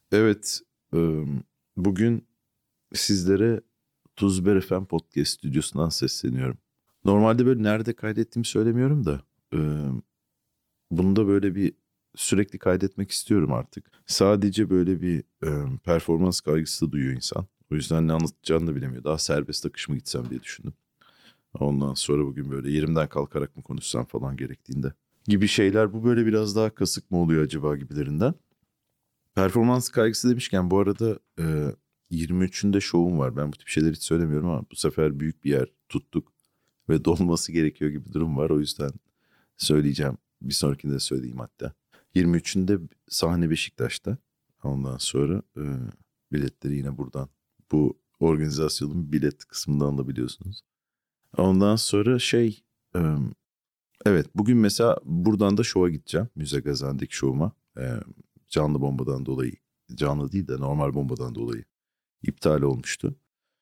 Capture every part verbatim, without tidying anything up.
Evet, ımm, bugün sizlere Tuzber F M Podcast stüdyosundan sesleniyorum. Normalde böyle nerede kaydettiğimi söylemiyorum da, ımm, bunu da böyle bir sürekli kaydetmek istiyorum artık. Sadece böyle bir, emm, performans kaygısı da duyuyor insan. O yüzden ne anlatacağını da bilemiyor. Daha serbest akış mı gitsem diye düşündüm. Ondan sonra bugün böyle yerimden kalkarak mı konuşsam falan gerektiğinde gibi şeyler. Bu böyle biraz daha kasık mı oluyor acaba gibilerinden. Performans kaygısı demişken bu arada e, yirmi üçünde şovum var. Ben bu tip şeyler hiç söylemiyorum ama bu sefer büyük bir yer tuttuk ve dolması gerekiyor gibi bir durum var. O yüzden söyleyeceğim. Bir sonrakinde de söyleyeyim hatta. yirmi üçünde sahne Beşiktaş'ta. Ondan sonra e, biletleri yine buradan. Bu organizasyonun bilet kısmından alabiliyorsunuz. Ondan sonra şey... e, evet, bugün mesela buradan da şova gideceğim. Müze Gazen'deki şovuma. E, canlı bombadan dolayı, canlı değil de normal bombadan dolayı iptal olmuştu.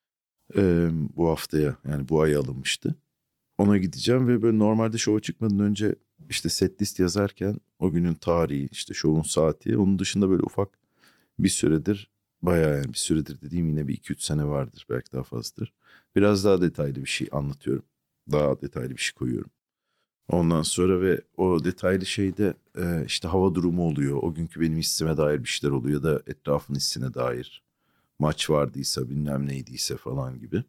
E, bu haftaya, yani bu ay alınmıştı. Ona gideceğim ve böyle normalde şova çıkmadan önce işte set list yazarken o günün tarihi, işte şovun saati, onun dışında böyle ufak bir süredir, bayağı yani bir süredir dediğim yine bir iki üç sene vardır, belki daha fazladır. Biraz daha detaylı bir şey anlatıyorum. Daha detaylı bir şey koyuyorum. Ondan sonra ve o detaylı şeyde e, işte hava durumu oluyor. O günkü benim hissime dair bir şeyler oluyor ya da etrafın hissine dair. Maç vardıysa bilmem neydiyse falan gibi.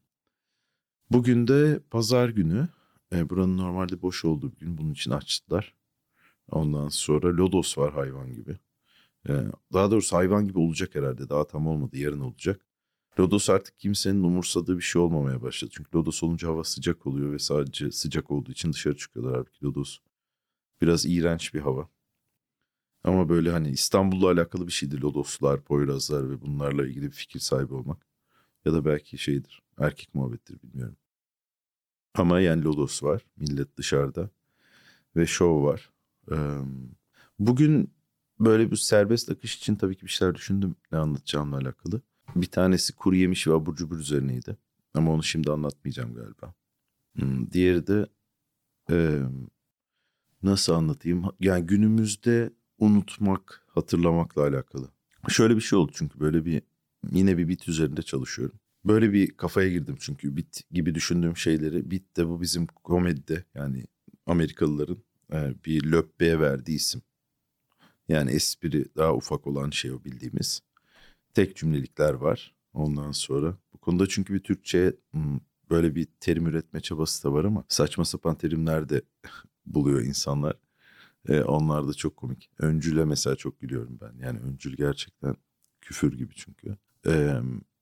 Bugün de pazar günü. E, buranın normalde boş olduğu bir gün, bunun için açtılar. Ondan sonra lodos var hayvan gibi. E, daha doğrusu hayvan gibi olacak herhalde. Daha tam olmadı, yarın olacak. Lodos artık kimsenin umursadığı bir şey olmamaya başladı. Çünkü lodos olunca hava sıcak oluyor ve sadece sıcak olduğu için dışarı çıkıyorlar. Halbuki lodos biraz iğrenç bir hava. Ama böyle hani İstanbul'la alakalı bir şeydir. Lodoslar, Poyrazlar ve bunlarla ilgili bir fikir sahibi olmak. Ya da belki şeydir, erkek muhabbettir, bilmiyorum. Ama yani Lodos var, millet dışarıda ve şov var. Ee, bugün böyle bu serbest akış için tabii ki bir şeyler düşündüm ne anlatacağımla alakalı. Bir tanesi kuru yemiş ve abur cubur üzerineydi. Ama onu şimdi anlatmayacağım galiba. Hmm, diğeri de e, nasıl anlatayım? Yani günümüzde unutmak, hatırlamakla alakalı. Şöyle bir şey oldu, çünkü böyle bir yine bir bit üzerinde çalışıyorum. Böyle bir kafaya girdim, çünkü bit gibi düşündüğüm şeyleri, bit de bu bizim komedide, yani Amerikalıların e, bir löppeye verdiği isim. Yani espri daha ufak olan şey, o bildiğimiz. Tek cümlelikler var ondan sonra. Bu konuda çünkü bir Türkçe hmm, böyle bir terim üretme çabası da var ama saçma sapan terimler de buluyor insanlar. E, onlar da çok komik. Öncül'e mesela çok gülüyorum ben. Yani öncül gerçekten küfür gibi çünkü. E,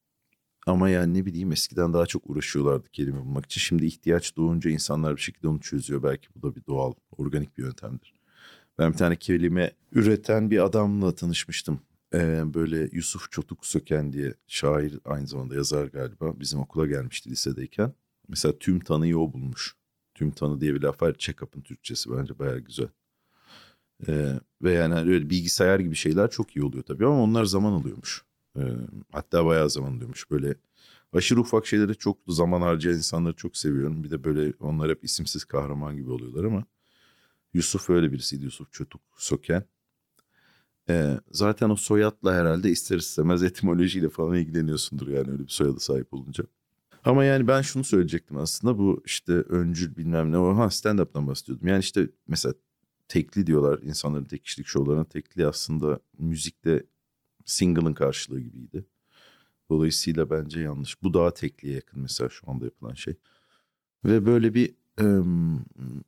ama yani ne bileyim, eskiden daha çok uğraşıyorlardı kelime bulmak için. Şimdi ihtiyaç doğunca insanlar bir şekilde onu çözüyor. Belki bu da bir doğal, organik bir yöntemdir. Ben bir tane kelime üreten bir adamla tanışmıştım. E, böyle Yusuf Çotuk Söken diye, şair, aynı zamanda yazar galiba. Bizim okula gelmişti lisedeyken. Mesela tüm tanıyı o bulmuş. Tüm tanı diye bir laf var. Check-up'ın Türkçesi bence bayağı güzel. Ee, ve yani hani öyle bilgisayar gibi şeyler çok iyi oluyor tabii ama onlar zaman alıyormuş. Ee, hatta bayağı zaman alıyormuş. Böyle aşırı ufak şeylere çok zaman harcayan insanları çok seviyorum. Bir de böyle onlar hep isimsiz kahraman gibi oluyorlar ama Yusuf öyle birisiydi, Yusuf Çötuk Söken. Ee, zaten o soyadla herhalde ister istemez etimolojiyle falan ilgileniyorsundur, yani öyle bir soyada sahip olunca. Ama yani ben şunu söyleyecektim aslında, bu işte öncül bilmem ne, o ha stand-up'tan bahsediyordum. Yani işte mesela tekli diyorlar, insanların tek kişilik şovlarına, tekli aslında müzikte single'ın karşılığı gibiydi. Dolayısıyla bence yanlış. Bu daha tekliye yakın mesela şu anda yapılan şey. Ve böyle bir em,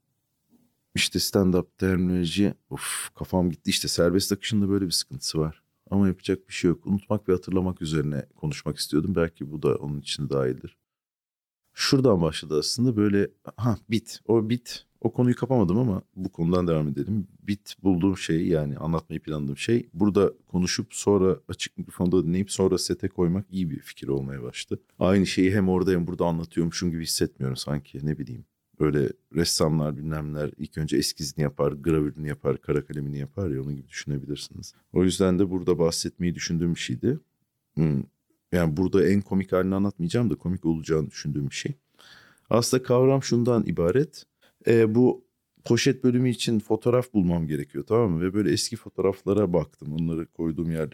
işte stand-up terminoloji, of kafam gitti, işte serbest akışında böyle bir sıkıntısı var. Ama yapacak bir şey yok. Unutmak ve hatırlamak üzerine konuşmak istiyordum. Belki bu da onun içine dahildir. Şuradan başladı aslında, böyle ha bit. O bit, o konuyu kapamadım ama bu konudan devam edelim. Bit bulduğum şey, yani anlatmayı planladığım şey, burada konuşup sonra açık mikrofonda dinleyip sonra sete koymak iyi bir fikir olmaya başladı. Aynı şeyi hem orada hem burada anlatıyormuşum gibi hissetmiyorum sanki, ne bileyim. Böyle ressamlar bilmemler ilk önce eskizini yapar, gravürünü yapar, kara kalemini yapar ya, onun gibi düşünebilirsiniz. O yüzden de burada bahsetmeyi düşündüğüm bir şeydi. Hmm, yani burada en komik halini anlatmayacağım da komik olacağını düşündüğüm bir şey. Aslında kavram şundan ibaret. Ee, bu poşet bölümü için fotoğraf bulmam gerekiyor, tamam mı? Ve böyle eski fotoğraflara baktım, onları koyduğum yerlere.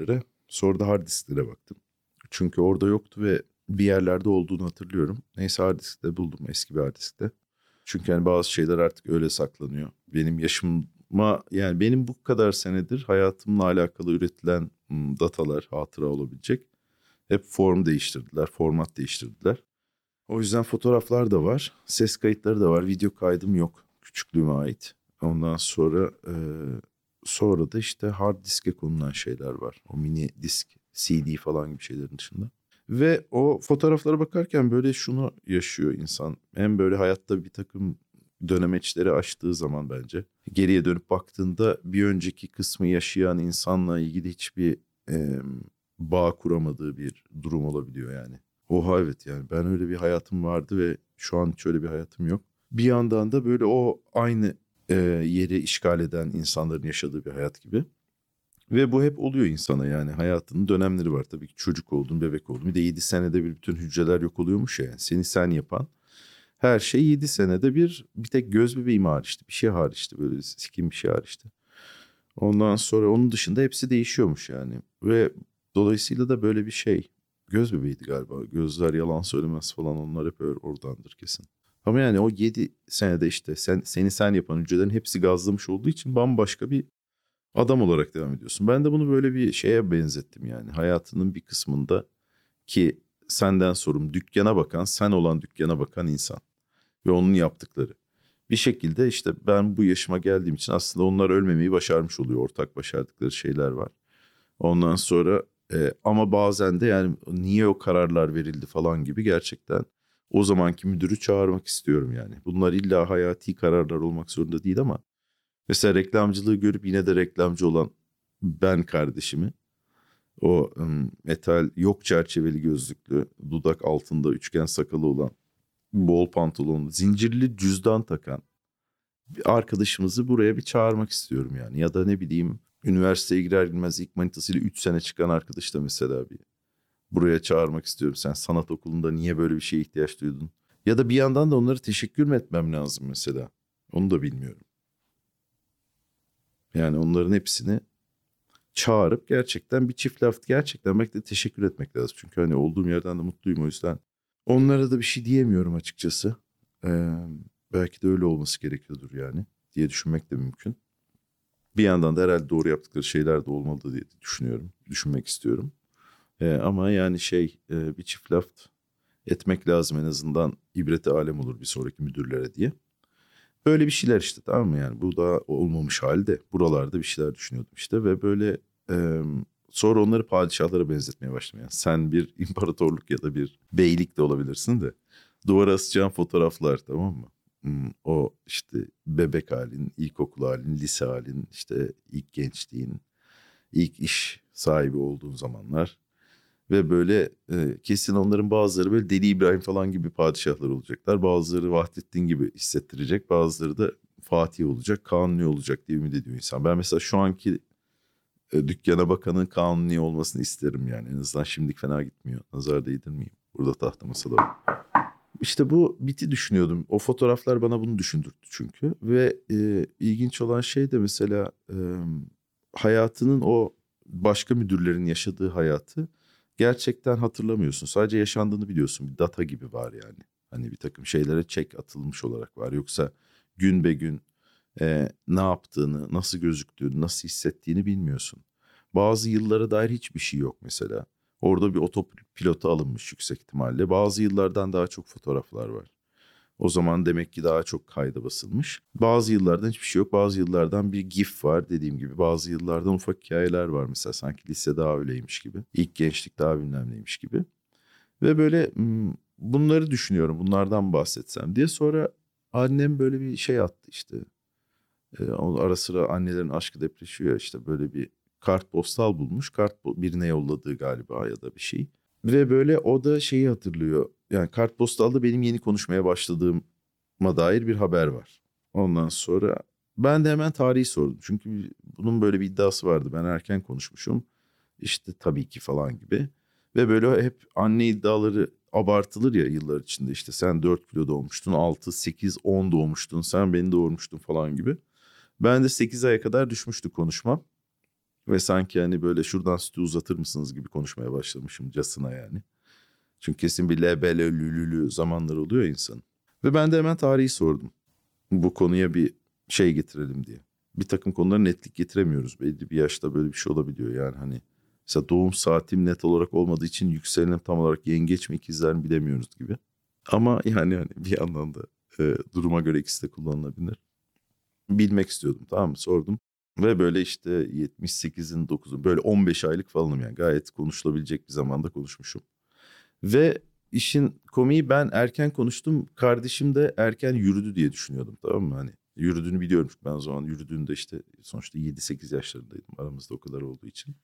Sonra da hard disklere baktım. Çünkü orada yoktu ve bir yerlerde olduğunu hatırlıyorum. Neyse hard diskte buldum, eski bir hard diskte. Çünkü yani bazı şeyler artık öyle saklanıyor. Benim yaşıma, yani benim bu kadar senedir hayatımla alakalı üretilen hmm, datalar, hatıra olabilecek. Hep form değiştirdiler, format değiştirdiler. O yüzden fotoğraflar da var, ses kayıtları da var, video kaydım yok küçüklüğüme ait. Ondan sonra e, sonra da işte hard diske konulan şeyler var. O mini disk, C D falan gibi şeylerin dışında. Ve o fotoğraflara bakarken böyle şunu yaşıyor insan. Hem böyle hayatta bir takım dönemeçleri aştığı zaman bence. Geriye dönüp baktığında bir önceki kısmı yaşayan insanla ilgili hiçbir e, bağ kuramadığı bir durum olabiliyor yani. Oha evet, yani ben öyle bir hayatım vardı ve şu an hiç öyle bir hayatım yok. Bir yandan da böyle o aynı e, yeri işgal eden insanların yaşadığı bir hayat gibi. Ve bu hep oluyor insana, yani hayatının dönemleri var. Tabii ki çocuk oldun, bebek oldun. Bir de yedi senede bir bütün hücreler yok oluyormuş ya. Yani. Seni sen yapan her şey yedi senede bir, bir tek göz bebeğim hariçti. Bir şey hariçti, böyle sikim bir şey hariçti. Ondan sonra onun dışında hepsi değişiyormuş yani. Ve dolayısıyla da böyle bir şey. Göz bebeğiydi galiba. Gözler yalan söylemez falan, onlar hep öyle oradandır kesin. Ama yani o yedi senede işte sen, seni sen yapan hücrelerin hepsi gazlamış olduğu için bambaşka bir adam olarak devam ediyorsun. Ben de bunu böyle bir şeye benzettim yani. Hayatının bir kısmında ki senden sorum dükkana bakan, sen olan dükkana bakan insan ve onun yaptıkları. Bir şekilde işte ben bu yaşıma geldiğim için aslında onlar ölmemeyi başarmış oluyor. Ortak başardıkları şeyler var. Ondan sonra e, ama bazen de yani niye o kararlar verildi falan gibi gerçekten o zamanki müdürü çağırmak istiyorum yani. Bunlar illa hayati kararlar olmak zorunda değil ama mesela reklamcılığı görüp yine de reklamcı olan ben kardeşimi, o ım, metal yok çerçeveli gözlüklü, dudak altında üçgen sakalı olan, bol pantolonlu, zincirli cüzdan takan bir arkadaşımızı buraya bir çağırmak istiyorum yani. Ya da ne bileyim, üniversiteye girer girmez ilk manitasıyla üç sene çıkan arkadaş da mesela bir buraya çağırmak istiyorum. Sen sanat okulunda niye böyle bir şeye ihtiyaç duydun? Ya da bir yandan da onlara teşekkür mü etmem lazım mesela? Onu da bilmiyorum. Yani onların hepsini çağırıp gerçekten bir çift laf, gerçekten belki de teşekkür etmek lazım. Çünkü hani olduğum yerden de mutluyum, o yüzden. Onlara da bir şey diyemiyorum açıkçası. Ee, belki de öyle olması gerekiyordur yani diye düşünmek de mümkün. Bir yandan da herhalde doğru yaptıkları şeyler de olmalı diye düşünüyorum. Düşünmek istiyorum. Ee, ama yani şey e, bir çift laf etmek lazım, en azından ibreti alem olur bir sonraki müdürlere diye. Böyle bir şeyler işte, tamam mı yani, bu da olmamış halde buralarda bir şeyler düşünüyordum işte ve böyle e, sonra onları padişahlara benzetmeye başladım. Yani sen bir imparatorluk ya da bir beylik de olabilirsin de duvara asacağın fotoğraflar, tamam mı? Hmm, o işte bebek halin, ilkokul halin, lise halin, işte ilk gençliğin, ilk iş sahibi olduğun zamanlar. Ve böyle e, kesin onların bazıları böyle Deli İbrahim falan gibi padişahlar olacaklar. Bazıları Vahdettin gibi hissettirecek. Bazıları da Fatih olacak, Kanuni olacak diye ümit ediyor insan. Ben mesela şu anki e, dükkana bakanın Kanuni olmasını isterim yani. En azından şimdilik fena gitmiyor. Nazar değdirmeyeyim. Burada tahta masada var. İşte bu biti düşünüyordum. O fotoğraflar bana bunu düşündürttü çünkü. Ve e, ilginç olan şey de mesela e, hayatının o başka müdürlerin yaşadığı hayatı gerçekten hatırlamıyorsun. Sadece yaşandığını biliyorsun. Bir data gibi var yani. Hani bir takım şeylere çek atılmış olarak var. Yoksa gün be gün e, ne yaptığını, nasıl gözüktüğünü, nasıl hissettiğini bilmiyorsun. Bazı yıllara dair hiçbir şey yok mesela. Orada bir otopilota alınmış yüksek ihtimalle. Bazı yıllardan daha çok fotoğraflar var. O zaman demek ki daha çok kayda basılmış. Bazı yıllardan hiçbir şey yok. Bazı yıllardan bir gif var dediğim gibi. Bazı yıllardan ufak hikayeler var mesela. Sanki lise daha öyleymiş gibi. İlk gençlik daha bilmem neymiş gibi. Ve böyle bunları düşünüyorum. Bunlardan bahsetsem diye. Sonra annem böyle bir şey attı işte. Ee, ara sıra annelerin aşkı depreşiyor işte, böyle bir kartpostal bulmuş. Kart birine yolladığı galiba ya da bir şey. Ve böyle o da şeyi hatırlıyor. Yani kartpostalda benim yeni konuşmaya başladığıma dair bir haber var. Ondan sonra ben de hemen tarihi sordum. Çünkü bunun böyle bir iddiası vardı. Ben erken konuşmuşum. İşte tabii ki falan gibi. Ve böyle hep anne iddiaları abartılır ya yıllar içinde. İşte sen dört kilo doğmuştun, altı, sekiz, on doğmuştun, sen beni doğurmuştun falan gibi. Ben de sekiz aya kadar düşmüştü konuşmam. Ve sanki hani böyle şuradan sütü uzatır mısınız gibi konuşmaya başlamışımcasına yani. Çünkü kesin bir lebelelülülü zamanları oluyor insan. Ve ben de hemen tarihi sordum. Bu konuya bir şey getirelim diye. Bir takım konulara netlik getiremiyoruz. Belli bir yaşta böyle bir şey olabiliyor yani hani. Mesela doğum saatim net olarak olmadığı için yükselenim tam olarak yengeç mi ikizler mi bilemiyoruz gibi. Ama yani hani bir yandan da e, duruma göre ikisi de kullanılabilir. Bilmek istiyordum, tamam mı, sordum. Ve böyle işte yetmiş sekizin dokuzu böyle on beş aylık falanım yani gayet konuşulabilecek bir zamanda konuşmuşum. Ve işin komiği ben erken konuştum. Kardeşim de erken yürüdü diye düşünüyordum, tamam mı? Hani yürüdüğünü biliyorum çünkü ben o zaman yürüdüğünde işte sonuçta yedi sekiz yaşlarındaydım aramızda o kadar olduğu için.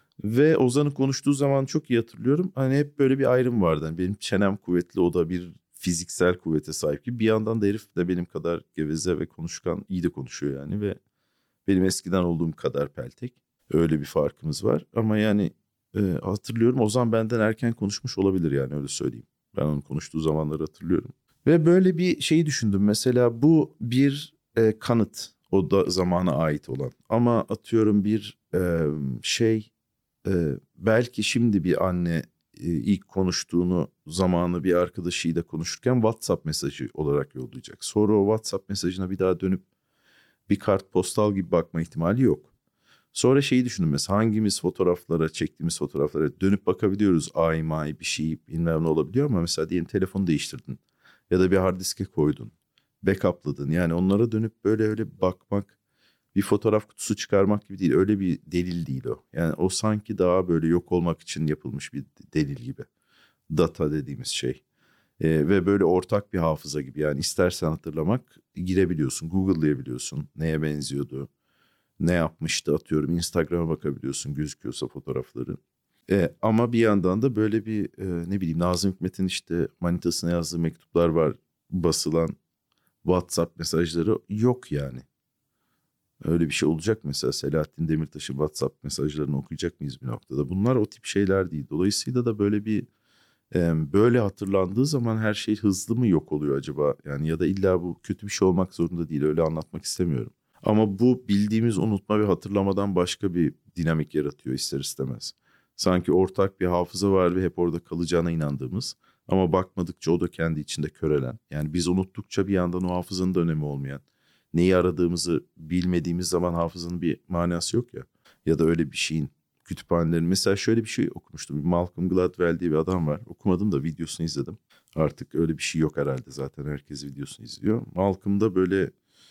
Ve Ozan'ın konuştuğu zaman çok iyi hatırlıyorum. Hani hep böyle bir ayrım vardı. Hani benim çenem kuvvetli, o da bir fiziksel kuvvete sahip gibi. Bir yandan da herif de benim kadar geveze ve konuşkan, iyi de konuşuyor yani. Ve benim eskiden olduğum kadar peltek. Öyle bir farkımız var. Ama yani e, hatırlıyorum Ozan benden erken konuşmuş olabilir yani, öyle söyleyeyim. Ben onun konuştuğu zamanları hatırlıyorum. Ve böyle bir şeyi düşündüm. Mesela bu bir e, kanıt. O da zamana ait olan. Ama atıyorum bir e, şey e, belki şimdi bir anne e, ilk konuştuğunu zamanı bir arkadaşıyla konuşurken WhatsApp mesajı olarak yollayacak. Sonra o WhatsApp mesajına bir daha dönüp bir kartpostal gibi bakma ihtimali yok. Sonra şeyi düşündüm, mesela hangimiz fotoğraflara, çektiğimiz fotoğraflara dönüp bakabiliyoruz. Ay may bir şey bilmem ne olabiliyor ama mesela diyelim telefonu değiştirdin ya da bir hard diske koydun, backupladın. Yani onlara dönüp böyle öyle bakmak, bir fotoğraf kutusu çıkarmak gibi değil. Öyle bir delil değil o. Yani o sanki daha böyle yok olmak için yapılmış bir delil gibi. Data dediğimiz şey. Ee, ve böyle ortak bir hafıza gibi. Yani istersen hatırlamak girebiliyorsun, Google'layabiliyorsun. Neye benziyordu? Ne yapmıştı, atıyorum Instagram'a bakabiliyorsun gözüküyorsa fotoğrafları. E, ama bir yandan da böyle bir e, ne bileyim Nazım Hikmet'in işte manitasına yazdığı mektuplar var, basılan WhatsApp mesajları yok yani. Öyle bir şey olacak mesela, Selahattin Demirtaş'ın WhatsApp mesajlarını okuyacak mıyız bir noktada? Bunlar o tip şeyler değil. Dolayısıyla da böyle bir e, böyle hatırlandığı zaman her şey hızlı mı yok oluyor acaba? Yani ya da illa bu kötü bir şey olmak zorunda değil, öyle anlatmak istemiyorum. Ama bu bildiğimiz unutma ve hatırlamadan başka bir dinamik yaratıyor ister istemez. Sanki ortak bir hafıza var ve hep orada kalacağına inandığımız ama bakmadıkça o da kendi içinde körelen. Yani biz unuttukça bir yandan o hafızanın da önemi olmayan, neyi aradığımızı bilmediğimiz zaman hafızanın bir manası yok ya. Ya da öyle bir şeyin kütüphanelerin. Mesela şöyle bir şey okumuştum. Malcolm Gladwell diye bir adam var. Okumadım da videosunu izledim. Artık öyle bir şey yok herhalde, zaten herkes videosunu izliyor. Malcolm'da böyle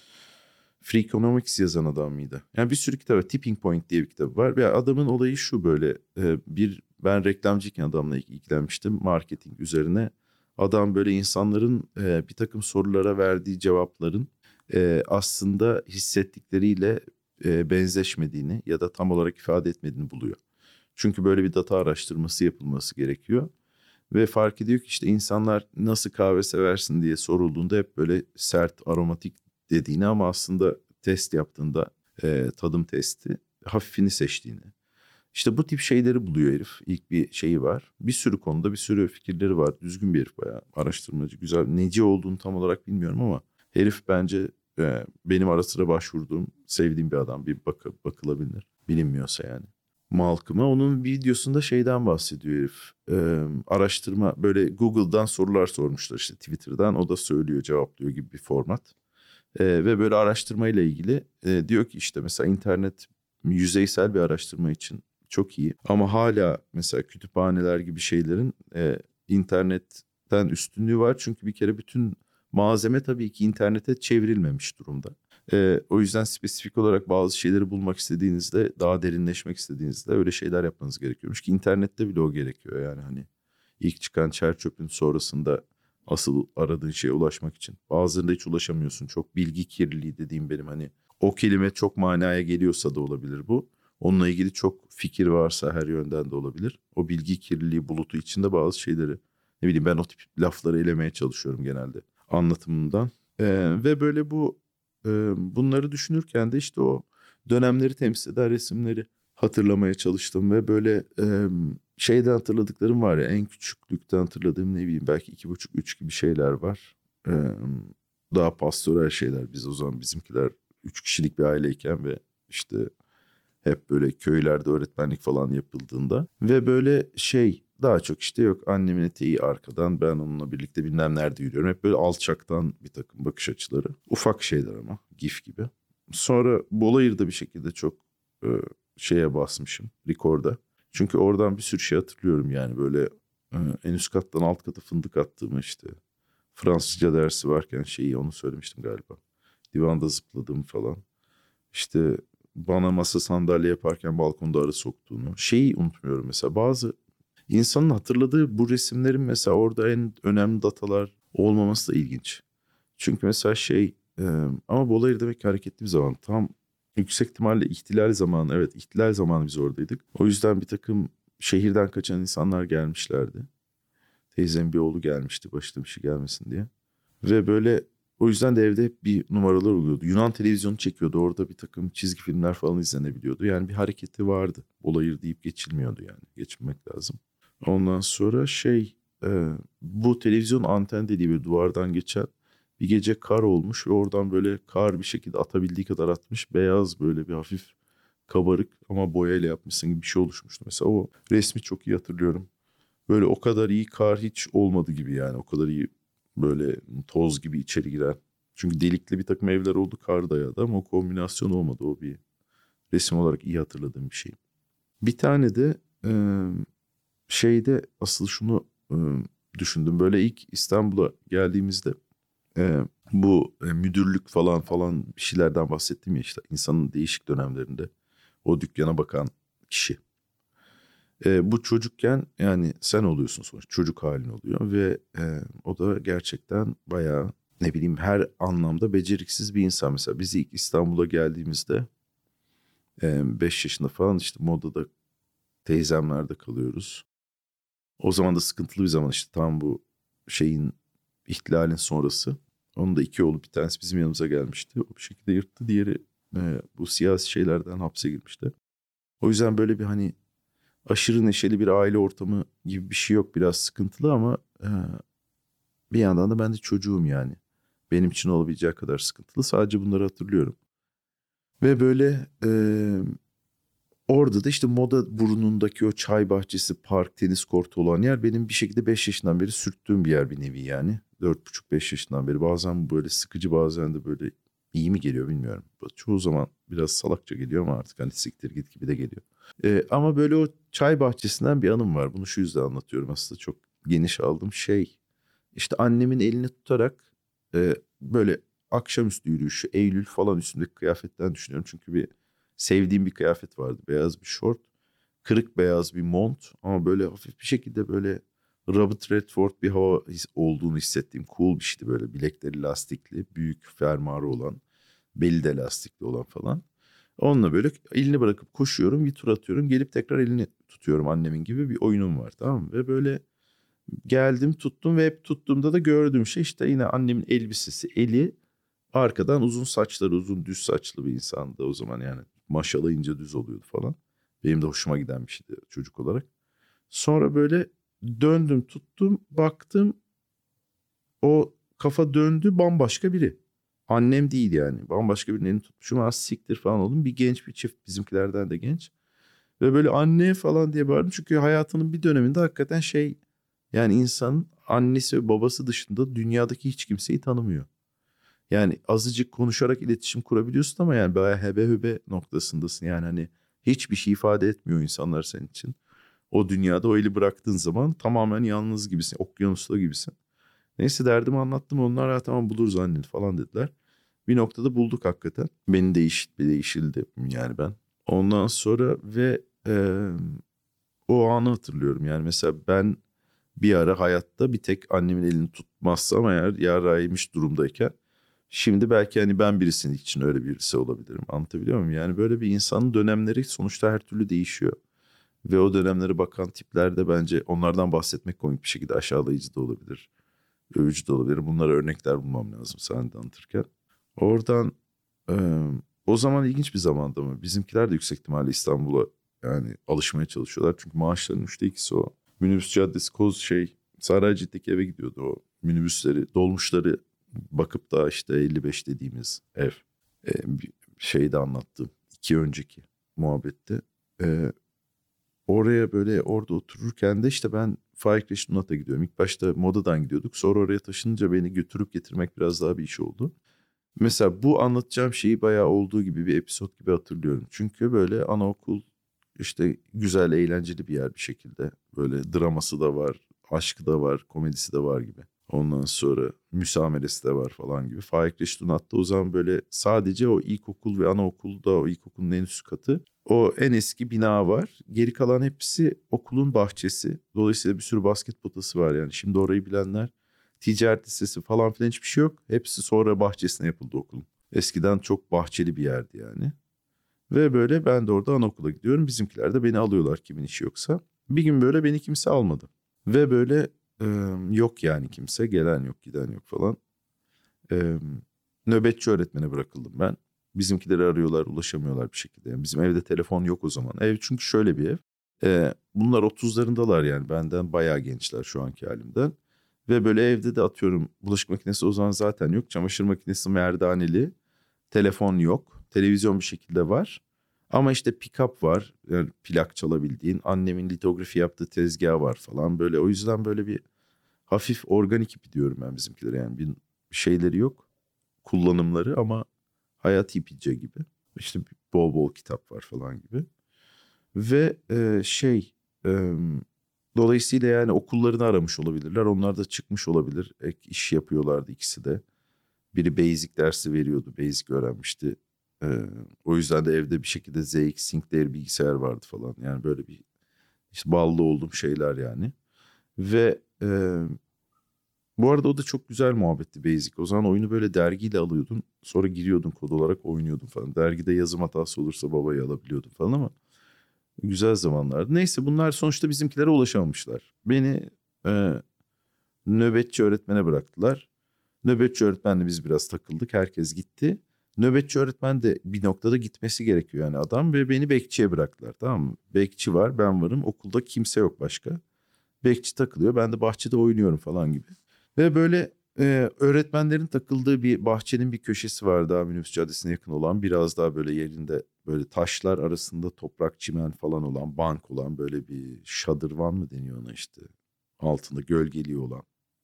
Freakonomics yazan adam mıydı? Yani bir sürü kitap var. Tipping Point diye bir kitap var. Ve adamın olayı şu böyle. e, bir ben reklamcıyken adamla ilgilenmiştim marketing üzerine. Adam böyle insanların e, bir takım sorulara verdiği cevapların e, aslında hissettikleriyle e, benzeşmediğini ya da tam olarak ifade etmediğini buluyor. Çünkü böyle bir data araştırması yapılması gerekiyor. Ve fark ediyor ki işte insanlar nasıl kahve seversin diye sorulduğunda hep böyle sert, aromatik dediğini ama aslında test yaptığında e, tadım testi hafifini seçtiğini. İşte bu tip şeyleri buluyor herif. İlk bir şeyi var. Bir sürü konuda bir sürü fikirleri var. Düzgün bir herif, bayağı araştırmacı, güzel. Neci olduğunu tam olarak bilmiyorum ama herif bence e, benim ara sıra başvurduğum, sevdiğim bir adam. Bir bakı, bakılabilir. Bilinmiyorsa yani. Malcolm'a onun videosunda şeyden bahsediyor herif. Ee, araştırma, böyle Google'dan sorular sormuşlar işte Twitter'dan, o da söylüyor cevaplıyor gibi bir format. Ee, ve böyle araştırmayla ilgili e, diyor ki işte mesela internet yüzeysel bir araştırma için çok iyi. Ama hala mesela kütüphaneler gibi şeylerin e, internetten üstünlüğü var. Çünkü bir kere bütün malzeme tabii ki internete çevrilmemiş durumda. Ee, o yüzden spesifik olarak bazı şeyleri bulmak istediğinizde, daha derinleşmek istediğinizde öyle şeyler yapmanız gerekiyormuş ki internette bile o gerekiyor. Yani hani ilk çıkan çerçöpün sonrasında asıl aradığın şeye ulaşmak için. Bazılarında hiç ulaşamıyorsun. Çok bilgi kirliliği dediğim benim, hani o kelime çok manaya geliyorsa da olabilir bu. Onunla ilgili çok fikir varsa her yönden de olabilir. O bilgi kirliliği bulutu içinde bazı şeyleri, ne bileyim, ben o tip lafları elemeye çalışıyorum genelde anlatımından. Ee, ve böyle bu e, bunları düşünürken de işte o dönemleri temsil eden resimleri hatırlamaya çalıştım ve böyle e, şeyden hatırladıklarım var ya, en küçüklükten hatırladığım, ne bileyim, belki iki buçuk üç gibi şeyler var. E, daha pastoral şeyler, biz o zaman bizimkiler üç kişilik bir aileyken ve işte Hep böyle köylerde öğretmenlik falan yapıldığında. Ve böyle şey daha çok işte yok annemin eteği arkadan ben onunla birlikte bilmem nerede yürüyorum. Hep böyle alçaktan bir takım bakış açıları. Ufak şeyler ama gif gibi. Sonra Bolayır'da bir şekilde çok e, şeye basmışım rekorda. Çünkü oradan bir sürü şey hatırlıyorum yani böyle e, en üst kattan alt kata fındık attığımı işte. Fransızca dersi varken şeyi onu söylemiştim galiba. Divanda zıpladığımı falan. İşte bana masa sandalye yaparken balkonda arı soktuğunu. Şeyi unutmuyorum mesela bazı insanın hatırladığı bu resimlerin mesela orada en önemli datalar olmaması da ilginç. Çünkü mesela şey e, ama Bolayır demek ki hareketli bir zaman. Tam yüksek ihtimalle ihtilal zamanı. Evet ihtilal zamanı biz oradaydık. O yüzden bir takım şehirden kaçan insanlar gelmişlerdi. Teyzemin bir oğlu gelmişti başına bir şey gelmesin diye. Ve böyle o yüzden de evde hep bir numaralar oluyordu. Yunan televizyonu çekiyordu. Orada bir takım çizgi filmler falan izlenebiliyordu. Yani bir hareketi vardı. Bolayır deyip geçilmiyordu yani. Geçmemek lazım. Ondan sonra şey e, bu televizyon anten dediği bir duvardan geçen bir gece kar olmuş ve oradan böyle kar bir şekilde atabildiği kadar atmış. Beyaz böyle bir hafif kabarık ama boyayla yapmışsın gibi bir şey oluşmuştu. Mesela o resmi çok iyi hatırlıyorum. Böyle o kadar iyi kar hiç olmadı gibi yani. O kadar iyi böyle toz gibi içeri giren. Çünkü delikli bir takım evler oldu kar dayadı ama o kombinasyon olmadı. O bir resim olarak iyi hatırladığım bir şey. Bir tane de e, şeyde asıl şunu e, düşündüm. Böyle ilk İstanbul'a geldiğimizde e, bu e, müdürlük falan falan bir şeylerden bahsettim ya işte insanın değişik dönemlerinde o dükkana bakan kişi. E, bu çocukken yani sen oluyorsun sonuçta çocuk halin oluyor ve e, o da gerçekten bayağı ne bileyim her anlamda beceriksiz bir insan. Mesela biz ilk İstanbul'a geldiğimizde beş yaşında falan işte Moda'da teyzemlerde kalıyoruz. O zaman da sıkıntılı bir zaman işte tam bu şeyin ihtilalin sonrası. Onun da iki oğlu bir tanesi bizim yanımıza gelmişti. O bir şekilde yırttı. Diğeri e, bu siyasi şeylerden hapse girmişti. O yüzden böyle bir hani aşırı neşeli bir aile ortamı gibi bir şey yok. Biraz sıkıntılı ama e, bir yandan da ben de çocuğum yani. Benim için olabileceği kadar sıkıntılı. Sadece bunları hatırlıyorum. Ve böyle e, orada da işte Moda burnundaki o çay bahçesi, park, tenis kortu olan yer benim bir şekilde beş yaşından beri sürttüğüm bir yer bir nevi yani. Dört buçuk beş yaşından beri. Bazen böyle sıkıcı bazen de böyle iyi mi geliyor bilmiyorum. Çoğu zaman biraz salakça geliyor ama artık hani siktir git gibi de geliyor. Ee, ama böyle o çay bahçesinden bir anım var. Bunu şu yüzden anlatıyorum aslında çok geniş aldığım şey. İşte annemin elini tutarak e, böyle akşamüstü yürüyüşü, Eylül falan üstündeki kıyafetten düşünüyorum. Çünkü bir sevdiğim bir kıyafet vardı. Beyaz bir şort, kırık beyaz bir mont ama böyle hafif bir şekilde böyle Robert Redford bir hava his- olduğunu hissettiğim cool bir şeydi böyle. Bilekleri lastikli, büyük fermuarı olan, beli de lastikli olan falan. Onunla böyle elini bırakıp koşuyorum, bir tur atıyorum, gelip tekrar elini tutuyorum annemin gibi bir oyunum var tamam mı? Ve böyle geldim tuttum ve hep tuttuğumda da gördüğüm şey işte yine annemin elbisesi, eli arkadan uzun saçları, uzun düz saçlı bir insandı o zaman yani maşalayınca düz oluyordu falan. Benim de hoşuma giden bir şeydi çocuk olarak. Sonra böyle döndüm tuttum baktım o kafa döndü bambaşka biri. Annem değil yani bambaşka birinin elini tutmuşum az siktir falan oldum. Bir genç bir çift bizimkilerden de genç. Ve böyle anne falan diye bağırdım çünkü hayatının bir döneminde hakikaten şey yani insan annesi ve babası dışında dünyadaki hiç kimseyi tanımıyor. Yani azıcık konuşarak iletişim kurabiliyorsun ama yani bayağı hebe hübe noktasındasın. Yani hani hiçbir şey ifade etmiyor insanlar senin için. O dünyada o eli bıraktığın zaman tamamen yalnız gibisin. Okyanusta gibisin. Neyse derdimi anlattım. Onlar ha tamam buluruz anneni falan dediler. Bir noktada bulduk hakikaten. Beni değiş, değişildi yani ben. Ondan sonra ve e, o anı hatırlıyorum. Yani mesela ben bir ara hayatta bir tek annemin elini tutmazsam eğer yaraymış durumdayken şimdi belki hani ben birisinin için öyle birisi olabilirim. Anlatabiliyor muyum? Yani böyle bir insanın dönemleri sonuçta her türlü değişiyor. Ve o dönemlere bakan tipler de bence onlardan bahsetmek komik bir şekilde aşağılayıcı da olabilir. Övücü de olabilir. Bunlara örnekler bulmam lazım sen de anlatırken. Oradan e, o zaman ilginç bir zamandı mı? Bizimkiler de yüksek ihtimalle İstanbul'a yani alışmaya çalışıyorlar. Çünkü maaşlarının üçte ikisi o. Minibüs caddesi koz şey Saraycık'taki eve gidiyordu o minibüsleri, dolmuşları bakıp da işte elli beş dediğimiz ev. E, bir şey de anlattım. İki önceki. muhabbette. Ee, oraya böyle orada otururken de işte ben Faik Reşit Unat'a gidiyorum. İlk başta Moda'dan gidiyorduk. Sonra oraya taşınınca beni götürüp getirmek biraz daha bir iş oldu. Mesela bu anlatacağım şeyi bayağı olduğu gibi bir episod gibi hatırlıyorum. Çünkü böyle anaokul işte güzel, eğlenceli bir yer bir şekilde. Böyle draması da var, aşkı da var, komedisi de var gibi. Ondan sonra müsameresi de var falan gibi. Faik Reşit Unat'ta o zaman böyle sadece o ilkokul ve anaokulda, o ilkokulun en üst katı. O en eski bina var. Geri kalan hepsi okulun bahçesi. Dolayısıyla bir sürü basket potası var yani. Şimdi orayı bilenler, ticaret lisesi falan filan hiçbir şey yok. Hepsi sonra bahçesine yapıldı okulun. Eskiden çok bahçeli bir yerdi yani. Ve böyle ben de orada anaokula gidiyorum. Bizimkiler de beni alıyorlar kimin işi yoksa. Bir gün böyle beni kimse almadı. Ve böyle e, yok yani kimse. Gelen yok, giden yok falan. E, nöbetçi öğretmene bırakıldım ben. Bizimkileri arıyorlar, ulaşamıyorlar bir şekilde. Yani bizim evde telefon yok o zaman. Ev çünkü şöyle bir ev. E, bunlar otuzlarındalar yani benden bayağı gençler şu anki halimden. Ve böyle evde de atıyorum bulaşık makinesi o zaman zaten yok. Çamaşır makinesi merdaneli. Telefon yok. Televizyon bir şekilde var. Ama işte pick-up var. Yani plak çalabildiğin. Annemin litografi yaptığı tezgah var falan. Böyle o yüzden böyle bir hafif organik ipi diyorum ben bizimkilere. Yani bir şeyleri yok. Kullanımları ama hayat ipice gibi. İşte bol bol kitap var falan gibi. Ve e, şey e, dolayısıyla yani okullarını aramış olabilirler. Onlar da çıkmış olabilir. Ek iş yapıyorlardı ikisi de. Biri basic dersi veriyordu. Basic öğrenmişti. Ee, o yüzden de evde bir şekilde Z X Sinclair bilgisayar vardı falan. Yani böyle bir işte bağlı olduğum şeyler yani. Ve e, bu arada o da çok güzel muhabbetti Basic. O zaman oyunu böyle dergiyle alıyordun. Sonra giriyordun kod olarak oynuyordun falan. Dergide yazım hatası olursa babayı alabiliyordun falan ama güzel zamanlardı. Neyse bunlar sonuçta bizimkilere ulaşamamışlar. Beni e, nöbetçi öğretmene bıraktılar. Nöbetçi öğretmenle biz biraz takıldık. Herkes gitti. Nöbetçi öğretmen de bir noktada gitmesi gerekiyor yani adam ve beni bekçiye bıraktılar, tamam mı? Bekçi var, ben varım. Okulda kimse yok başka. Bekçi takılıyor. Ben de bahçede oynuyorum falan gibi. Ve böyle e, öğretmenlerin takıldığı bir bahçenin bir köşesi var daha minibüs caddesine yakın olan. Biraz daha böyle yerinde böyle taşlar arasında toprak çimen falan olan, bank olan böyle bir şadırvan mı deniyor ona işte. Altında gölgeliği olan.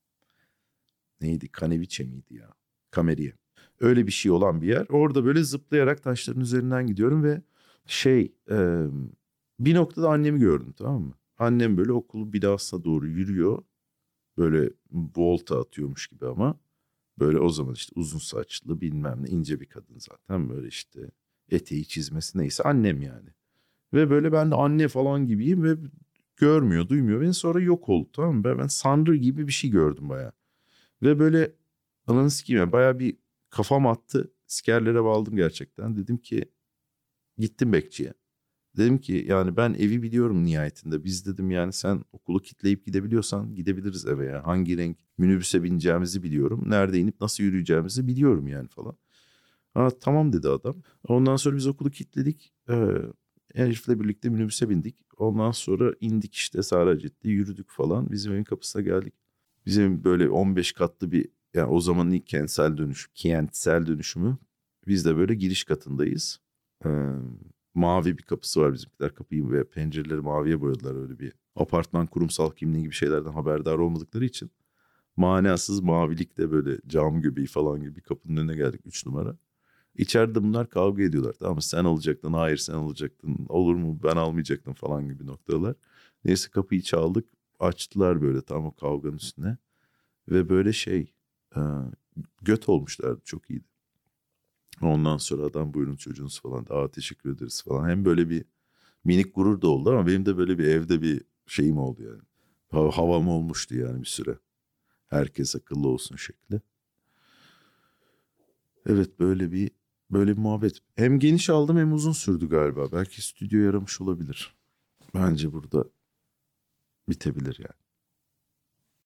Neydi? Kaneviçe miydi ya? Kameriye. Öyle bir şey olan bir yer. Orada böyle zıplayarak taşların üzerinden gidiyorum ve şey e, bir noktada annemi gördüm, tamam mı? Annem böyle okul binasına doğru yürüyor. Böyle volta atıyormuş gibi ama. Böyle o zaman işte uzun saçlı bilmem ne ince bir kadın zaten. Böyle işte eteği çizmesi neyse annem yani. Ve böyle ben de anne falan gibiyim ve görmüyor, duymuyor. Beni sonra yok oldu, tamam mı? Ben, ben Sanrı gibi bir şey gördüm bayağı. Ve böyle ananı sikeyim yani bayağı bir kafam attı. Sikerlere bağladım gerçekten. Dedim ki gittim bekçiye. Dedim ki yani ben evi biliyorum nihayetinde. Biz dedim yani sen okulu kitleyip gidebiliyorsan gidebiliriz eve ya. Hangi renk minibüse bineceğimizi biliyorum. Nerede inip nasıl yürüyeceğimizi biliyorum yani falan. Ha, tamam dedi adam. Ondan sonra biz okulu kilitledik. Ee, Elif'le birlikte minibüse bindik. Ondan sonra indik işte Saracet'te yürüdük falan. Bizim evin kapısına geldik. Bizim böyle on beş katlı bir yani o zamanın ilk kentsel dönüşüm, kentsel dönüşümü. Biz de böyle giriş katındayız. Ee, mavi bir kapısı var bizimkiler. Kapıyı ve pencereleri maviye boyadılar öyle bir apartman kurumsal kimliği gibi şeylerden haberdar olmadıkları için. Manasız mavilikte böyle cam göbeği falan gibi bir kapının önüne geldik üç numara. İçeride bunlar kavga ediyorlar. Tamam mı? Sen alacaktın, hayır sen alacaktın. Olur mu ben almayacaktım falan gibi noktalar. Neyse kapıyı çaldık. Açtılar böyle tam o kavganın üstüne. Ve böyle şey e, göt olmuşlardı, çok iyiydi. Ondan sonra adam buyurun çocuğunuz falan. Aa teşekkür ederiz falan. Hem böyle bir minik gurur da oldu ama benim de böyle bir evde bir şeyim oldu yani. Ha- Havam olmuştu yani bir süre. Herkes akıllı olsun şekli. Evet böyle bir böyle bir muhabbet. Hem geniş aldım hem uzun sürdü galiba. Belki stüdyo yaramış olabilir. Bence burada bitebilir yani.